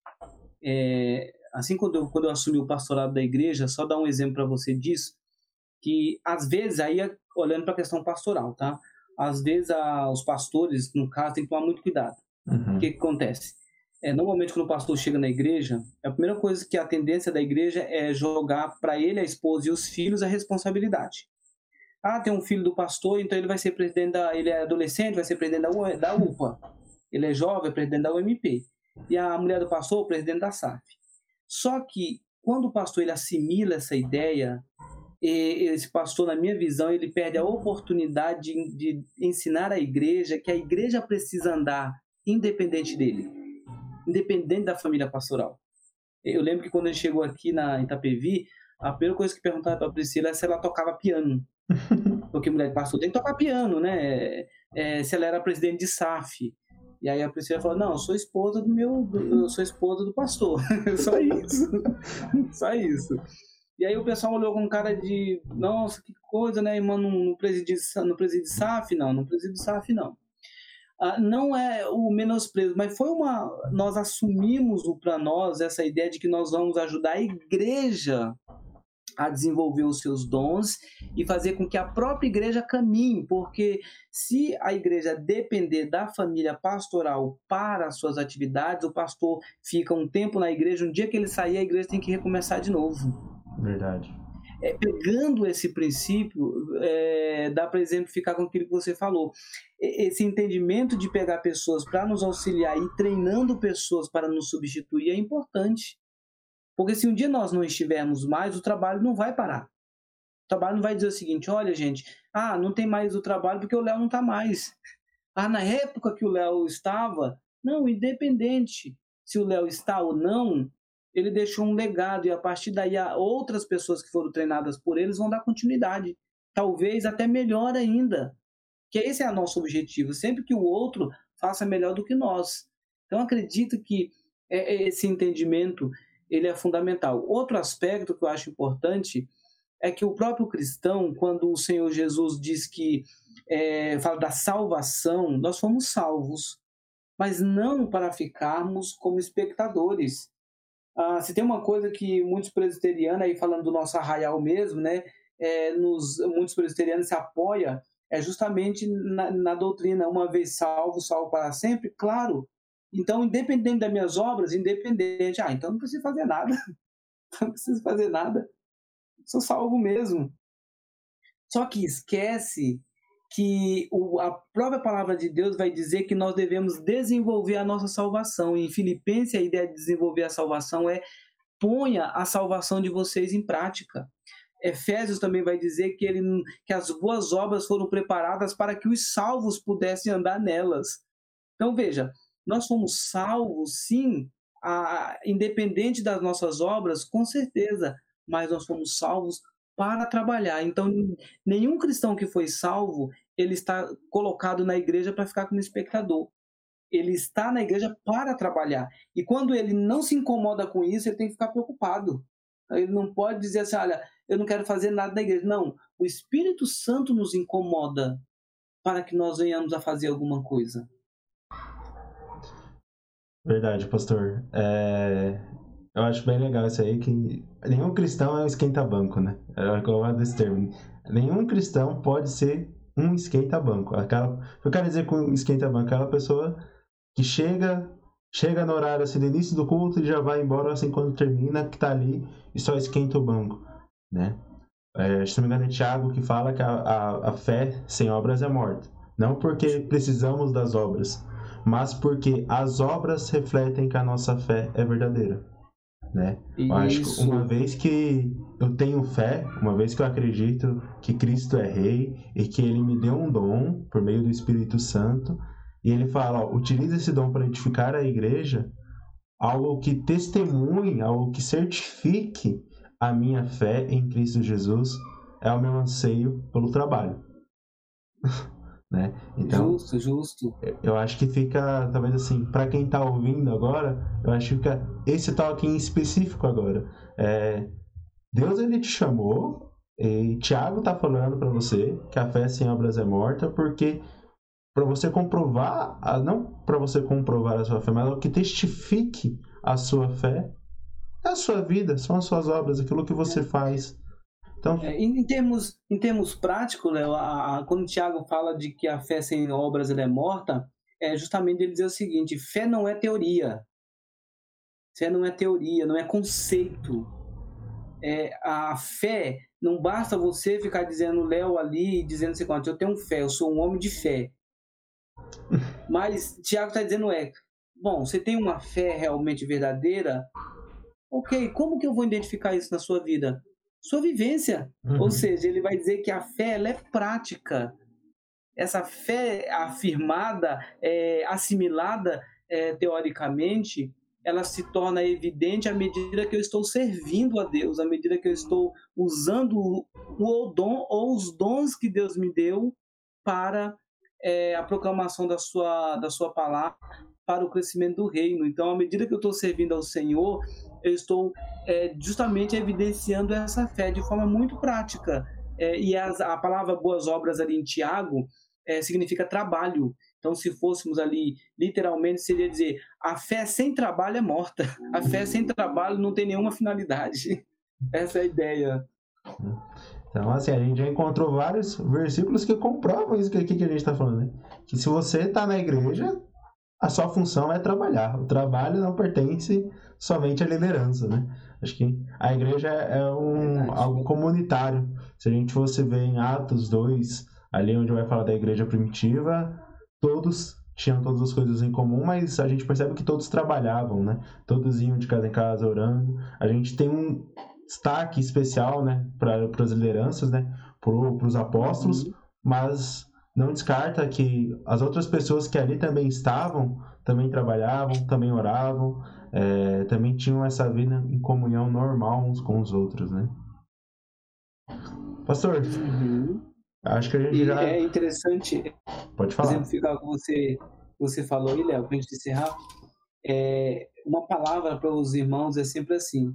Assim, quando eu assumi o pastorado da igreja, só dar um exemplo para você disso, que às vezes, aí olhando para a questão pastoral, tá? Às vezes os pastores, no caso, tem que tomar muito cuidado. Uhum. O que acontece? Normalmente, quando o pastor chega na igreja, a primeira coisa que a tendência da igreja é jogar para ele, a esposa e os filhos a responsabilidade. Tem um filho do pastor, então ele vai ser presidente ele é adolescente, vai ser presidente da UPA. Ele é jovem, presidente da UMP. E a mulher do pastor, presidente da SAF. Só que, quando o pastor ele assimila essa ideia, esse pastor, na minha visão, ele perde a oportunidade de ensinar a igreja que a igreja precisa andar independente dele, independente da família pastoral. Eu lembro que quando a gente chegou aqui em Itapevi, a primeira coisa que perguntaram para a Priscila é se ela tocava piano. Porque mulher de pastor tem que tocar piano, né? Se ela era presidente de SAF. E aí a Priscila falou, não, eu sou esposa do pastor. Só isso. Só isso. E aí o pessoal olhou com cara de, nossa, que coisa, né, irmã, no presídio SAF, não. No presídio SAF, não. Não é o menosprezo, mas nós assumimos para nós essa ideia de que nós vamos ajudar a igreja a desenvolver os seus dons e fazer com que a própria igreja caminhe, porque se a igreja depender da família pastoral para as suas atividades, o pastor fica um tempo na igreja, um dia que ele sair, a igreja tem que recomeçar de novo. Verdade. Pegando esse princípio, dá para exemplificar com aquilo que você falou. Esse entendimento de pegar pessoas para nos auxiliar e treinando pessoas para nos substituir é importante. Porque se um dia nós não estivermos mais, o trabalho não vai parar. O trabalho não vai dizer o seguinte, olha gente, não tem mais o trabalho porque o Léo não está mais. Na época que o Léo estava, não, independente se o Léo está ou não, ele deixou um legado e a partir daí outras pessoas que foram treinadas por eles vão dar continuidade. Talvez até melhor ainda. Que esse é o nosso objetivo, sempre que o outro faça melhor do que nós. Então acredito que esse entendimento ele é fundamental. Outro aspecto que eu acho importante é que o próprio cristão, quando o Senhor Jesus diz que fala da salvação, nós fomos salvos, mas não para ficarmos como espectadores. Se tem uma coisa que muitos presbiterianos, aí falando do nosso arraial mesmo, né, muitos presbiterianos se apoiam justamente na doutrina, uma vez salvo, salvo para sempre, claro. Então, independente das minhas obras, então não preciso fazer nada, não preciso fazer nada, sou salvo mesmo. Só que esquece que a própria palavra de Deus vai dizer que nós devemos desenvolver a nossa salvação. Em Filipenses, a ideia de desenvolver a salvação é: ponha a salvação de vocês em prática. Efésios também vai dizer que as boas obras foram preparadas para que os salvos pudessem andar nelas. Então, veja, nós fomos salvos, sim, independente das nossas obras, com certeza, mas nós fomos salvos para trabalhar. Então, nenhum cristão que foi salvo, ele está colocado na igreja para ficar como espectador. Ele está na igreja para trabalhar. E quando ele não se incomoda com isso, ele tem que ficar preocupado. Ele não pode dizer assim: olha, eu não quero fazer nada na igreja. Não, o Espírito Santo nos incomoda para que nós venhamos a fazer alguma coisa. Verdade, pastor. Eu acho bem legal isso aí, que nenhum cristão é um esquenta-banco, né? Eu gosto desse termo. Nenhum cristão pode ser um esquenta-banco. Eu quero dizer com esquenta-banco, aquela pessoa que chega no horário assim, no início do culto e já vai embora assim quando termina, que tá ali e só esquenta o banco, né? Se não me engano, é Tiago que fala que a fé sem obras é morta. Não porque precisamos das obras, mas porque as obras refletem que a nossa fé é verdadeira, né? Eu acho que uma vez que eu tenho fé, uma vez que eu acredito que Cristo é Rei e que Ele me deu um dom por meio do Espírito Santo, e Ele fala: utilize esse dom para edificar a igreja, algo que testemunhe, algo que certifique a minha fé em Cristo Jesus, é o meu anseio pelo trabalho. Né? Então, justo. Eu acho que fica, talvez assim, para quem está ouvindo agora, eu acho que fica esse toque em específico agora. Deus, ele te chamou, e Tiago está falando para você que a fé sem obras é morta, porque para você comprovar, não para você comprovar a sua fé, mas o que testifique a sua fé é a sua vida, são as suas obras, aquilo que você faz. Então, em termos práticos, Léo, quando o Tiago fala de que a fé sem obras ela é morta, é justamente ele dizer o seguinte: fé não é teoria. Fé não é teoria, não é conceito. A fé, não basta você ficar dizendo Léo ali, dizendo assim: eu tenho fé, eu sou um homem de fé. Mas Tiago está dizendo bom, você tem uma fé realmente verdadeira? Ok, como que eu vou identificar isso na sua vida? Sua vivência. Ou seja, ele vai dizer que a fé ela é prática. Essa fé afirmada, assimilada teoricamente, ela se torna evidente à medida que eu estou servindo a Deus, à medida que eu estou usando o dom ou os dons que Deus me deu para a proclamação da sua palavra, para o crescimento do reino. Então, à medida que eu estou servindo ao Senhor, eu estou justamente evidenciando essa fé de forma muito prática. E a palavra boas obras ali em Tiago significa trabalho. Então, se fôssemos ali, literalmente, seria dizer: a fé sem trabalho é morta. A fé sem trabalho não tem nenhuma finalidade. Essa é a ideia. Então, assim, a gente já encontrou vários versículos que comprovam isso aqui que a gente está falando, né? Que se você está na igreja, a sua função é trabalhar. O trabalho não pertence somente à liderança, né? Acho que a igreja é algo comunitário. Se a gente fosse ver em Atos 2, ali onde vai falar da igreja primitiva, todos tinham todas as coisas em comum, mas a gente percebe que todos trabalhavam, né? Todos iam de casa em casa orando. A gente tem um destaque especial, né, para as lideranças, né, para os apóstolos, mas não descarta que as outras pessoas que ali também estavam, também trabalhavam, também oravam, também tinham essa vida em comunhão normal uns com os outros, né? Pastor, acho que a gente já... É interessante. Pode falar. Exemplificar o que você falou aí, Léo, para a gente encerrar. Uma palavra para os irmãos é sempre assim: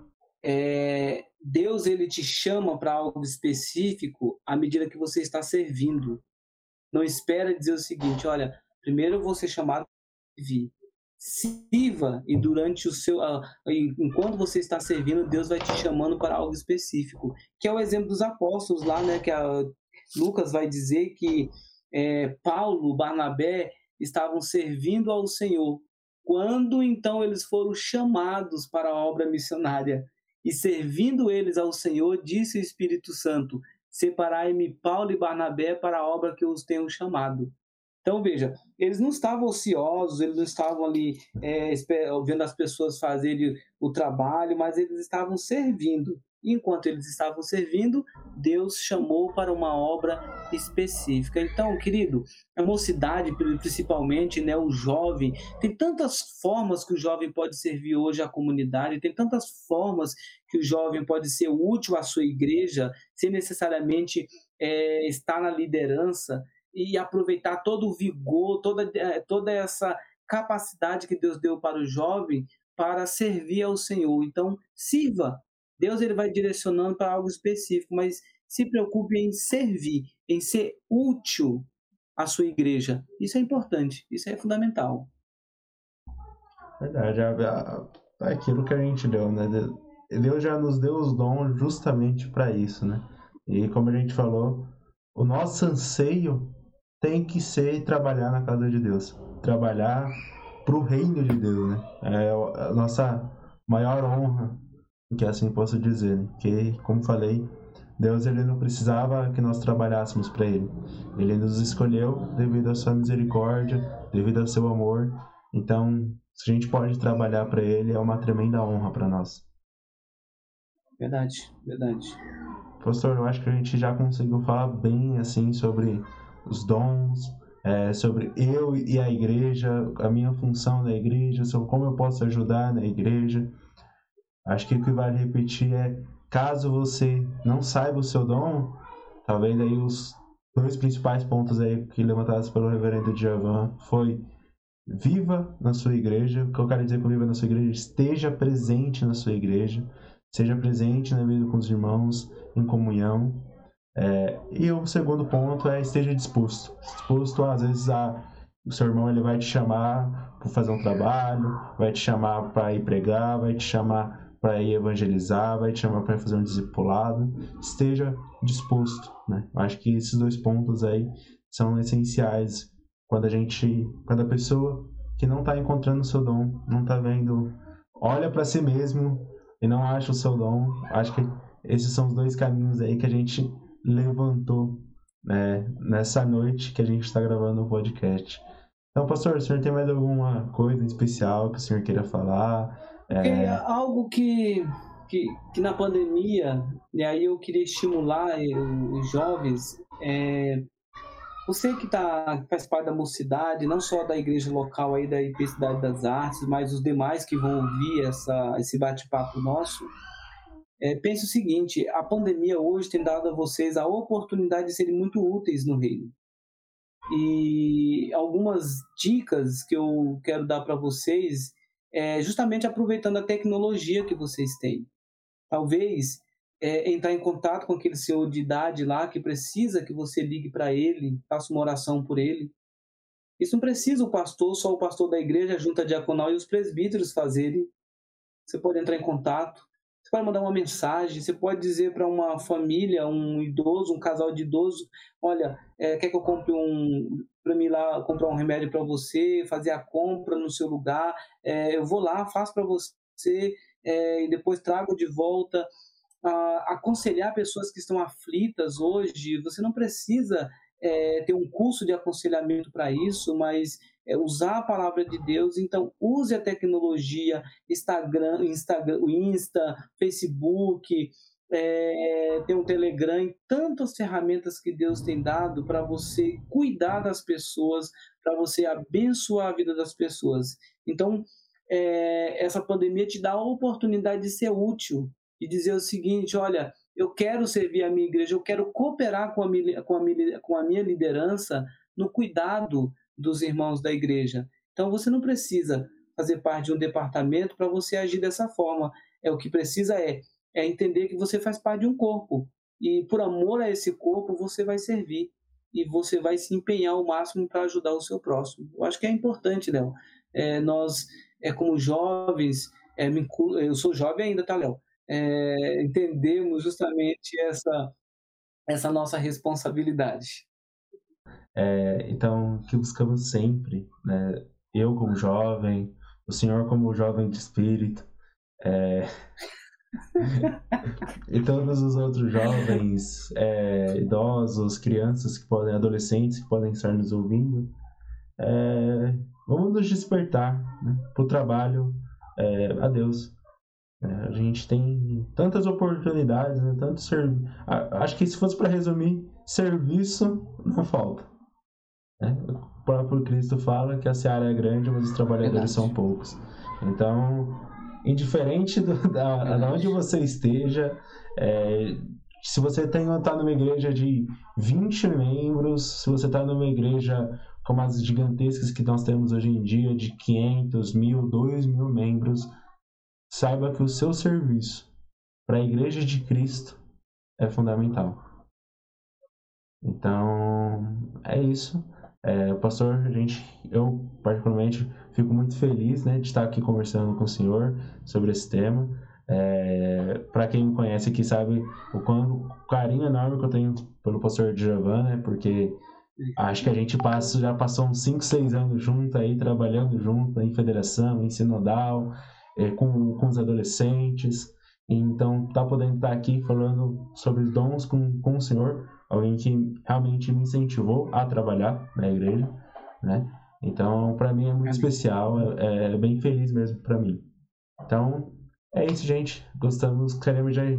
Deus, ele te chama para algo específico à medida que você está servindo. Não espera dizer o seguinte: olha, primeiro eu vou ser chamado sirva, e durante o seu enquanto você está servindo, Deus vai te chamando para algo específico, que é o exemplo dos apóstolos lá, né, que Lucas vai dizer que Paulo, Barnabé estavam servindo ao Senhor quando então eles foram chamados para a obra missionária, e servindo eles ao Senhor, disse o Espírito Santo: separai-me Paulo e Barnabé para a obra que eu os tenho chamado. Então, veja, eles não estavam ociosos, eles não estavam ali vendo as pessoas fazerem o trabalho, mas eles estavam servindo. E enquanto eles estavam servindo, Deus chamou para uma obra específica. Então, querido, a mocidade, principalmente, né, o jovem, tem tantas formas que o jovem pode servir hoje à comunidade, tem tantas formas que o jovem pode ser útil à sua igreja, sem necessariamente estar na liderança, e aproveitar todo o vigor, toda essa capacidade que Deus deu para o jovem para servir ao Senhor. Então, sirva. Deus ele vai direcionando para algo específico, mas se preocupe em servir, em ser útil à sua igreja. Isso é importante, isso é fundamental. Verdade, é aquilo que a gente deu, né? Deus já nos deu os dons justamente para isso, né? E como a gente falou, o nosso anseio tem que ser trabalhar na casa de Deus, trabalhar para o reino de Deus, né? É a nossa maior honra, que assim posso dizer, né? Que, como falei, Deus ele não precisava que nós trabalhássemos para Ele. Ele nos escolheu devido à sua misericórdia, devido ao seu amor. Então, se a gente pode trabalhar para Ele, é uma tremenda honra para nós. Verdade, verdade. Pastor, eu acho que a gente já conseguiu falar bem assim sobre os dons, sobre eu e a igreja, a minha função na igreja, sobre como eu posso ajudar na igreja. Acho que o que vale repetir é, caso você não saiba o seu dom, talvez aí os dois principais pontos aí que levantados pelo reverendo Djavan foi: viva na sua igreja. O que eu quero dizer com viva na sua igreja? Esteja presente na sua igreja, seja presente na vida com os irmãos, em comunhão. E o segundo ponto é: esteja disposto. Disposto, às vezes, o seu irmão ele vai te chamar para fazer um trabalho, vai te chamar para ir pregar, vai te chamar para ir evangelizar, vai te chamar para fazer um discipulado. Esteja disposto, né? Acho que esses dois pontos aí são essenciais quando a pessoa que não está encontrando o seu dom, não está vendo, olha para si mesmo e não acha o seu dom. Acho que esses são os dois caminhos aí que a gente levantou, né, nessa noite que a gente está gravando o podcast. Então, pastor, o senhor tem mais alguma coisa em especial que o senhor queira falar? Algo que na pandemia, e aí eu queria estimular os jovens, você que faz parte da mocidade, não só da igreja local aí da IP Cidade das Artes, mas os demais que vão ouvir esse bate-papo nosso, pense o seguinte: a pandemia hoje tem dado a vocês a oportunidade de serem muito úteis no reino. E algumas dicas que eu quero dar para vocês justamente aproveitando a tecnologia que vocês têm. Talvez entrar em contato com aquele senhor de idade lá que precisa que você ligue para ele, faça uma oração por ele. Isso não precisa só o pastor da igreja, a junta diaconal e os presbíteros fazerem. Você pode entrar em contato, você pode mandar uma mensagem, você pode dizer para uma família, um idoso, um casal de idoso: olha, quer que eu compre para mim lá comprar um remédio para você, fazer a compra no seu lugar, eu vou lá, faço para você, e depois trago de volta. Aconselhar pessoas que estão aflitas hoje, você não precisa ter um curso de aconselhamento para isso, mas usar a palavra de Deus. Então, use a tecnologia, Instagram, o Insta, Facebook, tem um Telegram, e tantas ferramentas que Deus tem dado para você cuidar das pessoas, para você abençoar a vida das pessoas. Então, essa pandemia te dá a oportunidade de ser útil, e dizer o seguinte: olha, eu quero servir a minha igreja, eu quero cooperar com a minha liderança no cuidado dos irmãos da igreja. Então, você não precisa fazer parte de um departamento para você agir dessa forma. O que precisa é entender que você faz parte de um corpo. E por amor a esse corpo, você vai servir. E você vai se empenhar ao máximo para ajudar o seu próximo. Eu acho que é importante, Léo. nós, como jovens, eu sou jovem ainda, tá, Léo? Entendemos justamente essa nossa responsabilidade. Então, o que buscamos sempre, né? Eu como jovem, o senhor como jovem de espírito, e todos os outros jovens, idosos, crianças adolescentes que podem estar nos ouvindo, vamos nos despertar, né, para o trabalho a Deus. A gente tem tantas oportunidades, né, acho que se fosse para resumir, serviço não falta. O próprio Cristo fala que a seara é grande, mas os trabalhadores são poucos. Então, indiferente da onde você esteja, se você está numa igreja de 20 membros, se você está numa igreja como as gigantescas que nós temos hoje em dia, de 500, 1.000, 2.000 membros, saiba que o seu serviço para a igreja de Cristo é fundamental. Então, é isso. Pastor, eu particularmente fico muito feliz, né, de estar aqui conversando com o senhor sobre esse tema. Para quem me conhece aqui sabe o carinho enorme que eu tenho pelo pastor Djavan, né, porque acho que a gente já passou uns 5, 6 anos juntos aí, trabalhando junto em federação, em sinodal, com os adolescentes. Então, podendo estar aqui falando sobre os dons com o senhor, alguém que realmente me incentivou a trabalhar na igreja, né? Então, para mim é muito especial, é bem feliz mesmo para mim. Então, é isso, gente. Queremos já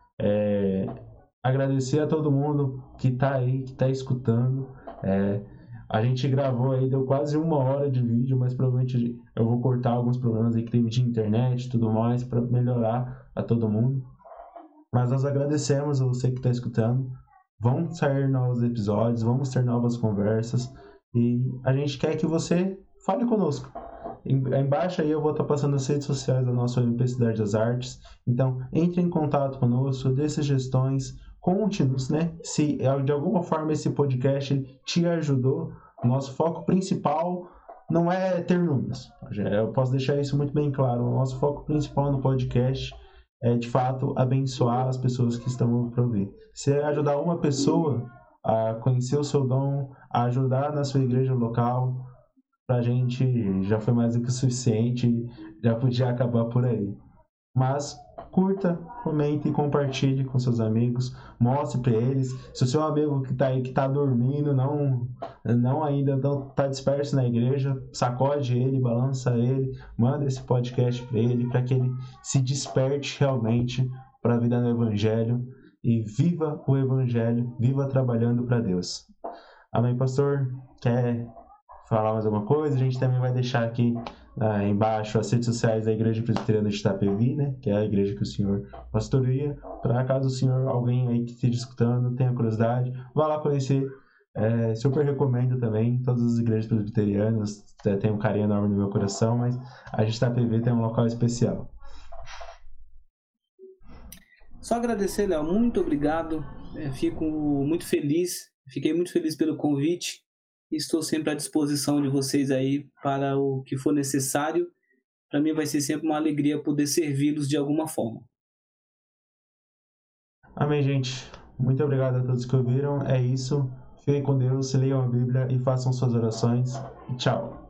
agradecer a todo mundo que está aí, que está escutando. A gente gravou aí, deu quase 1 hora de vídeo, mas provavelmente eu vou cortar alguns problemas aí que teve de internet e tudo mais para melhorar a todo mundo. Mas nós agradecemos a você que está escutando. Vão sair novos episódios, vamos ter novas conversas e a gente quer que você fale conosco. Embaixo aí eu vou estar passando as redes sociais da nossa Universidade das Artes. Então, entre em contato conosco, dê sugestões, conte-nos, né? Se de alguma forma esse podcast te ajudou. Nosso foco principal não é ter números. Eu posso deixar isso muito bem claro. O nosso foco principal no podcast é, de fato, abençoar as pessoas que estão para ouvir. Se ajudar uma pessoa a conhecer o seu dom, a ajudar na sua igreja local, pra gente já foi mais do que o suficiente, já podia acabar por aí. Mas curta, comente e compartilhe com seus amigos, mostre para eles. Se o seu amigo que está aí, que está dormindo, ainda não está disperso na igreja, sacode ele, balança ele, manda esse podcast para ele, para que ele se desperte realmente para a vida no Evangelho e viva o Evangelho, viva trabalhando para Deus. Amém, pastor? Quer falar mais alguma coisa? A gente também vai deixar aqui embaixo as redes sociais da Igreja Presbiteriana de Itapevi, né, que é a igreja que o senhor pastoreia, para caso o senhor, alguém aí que esteja escutando, tenha curiosidade, vá lá conhecer. Super recomendo também, todas as igrejas presbiterianas, tem um carinho enorme no meu coração, mas a gente Itapevi tem um local especial. Só agradecer, Léo, muito obrigado, fiquei muito feliz pelo convite. Estou sempre à disposição de vocês aí para o que for necessário. Para mim vai ser sempre uma alegria poder servi-los de alguma forma. Amém, gente. Muito obrigado a todos que ouviram. É isso. Fiquem com Deus, leiam a Bíblia e façam suas orações. Tchau.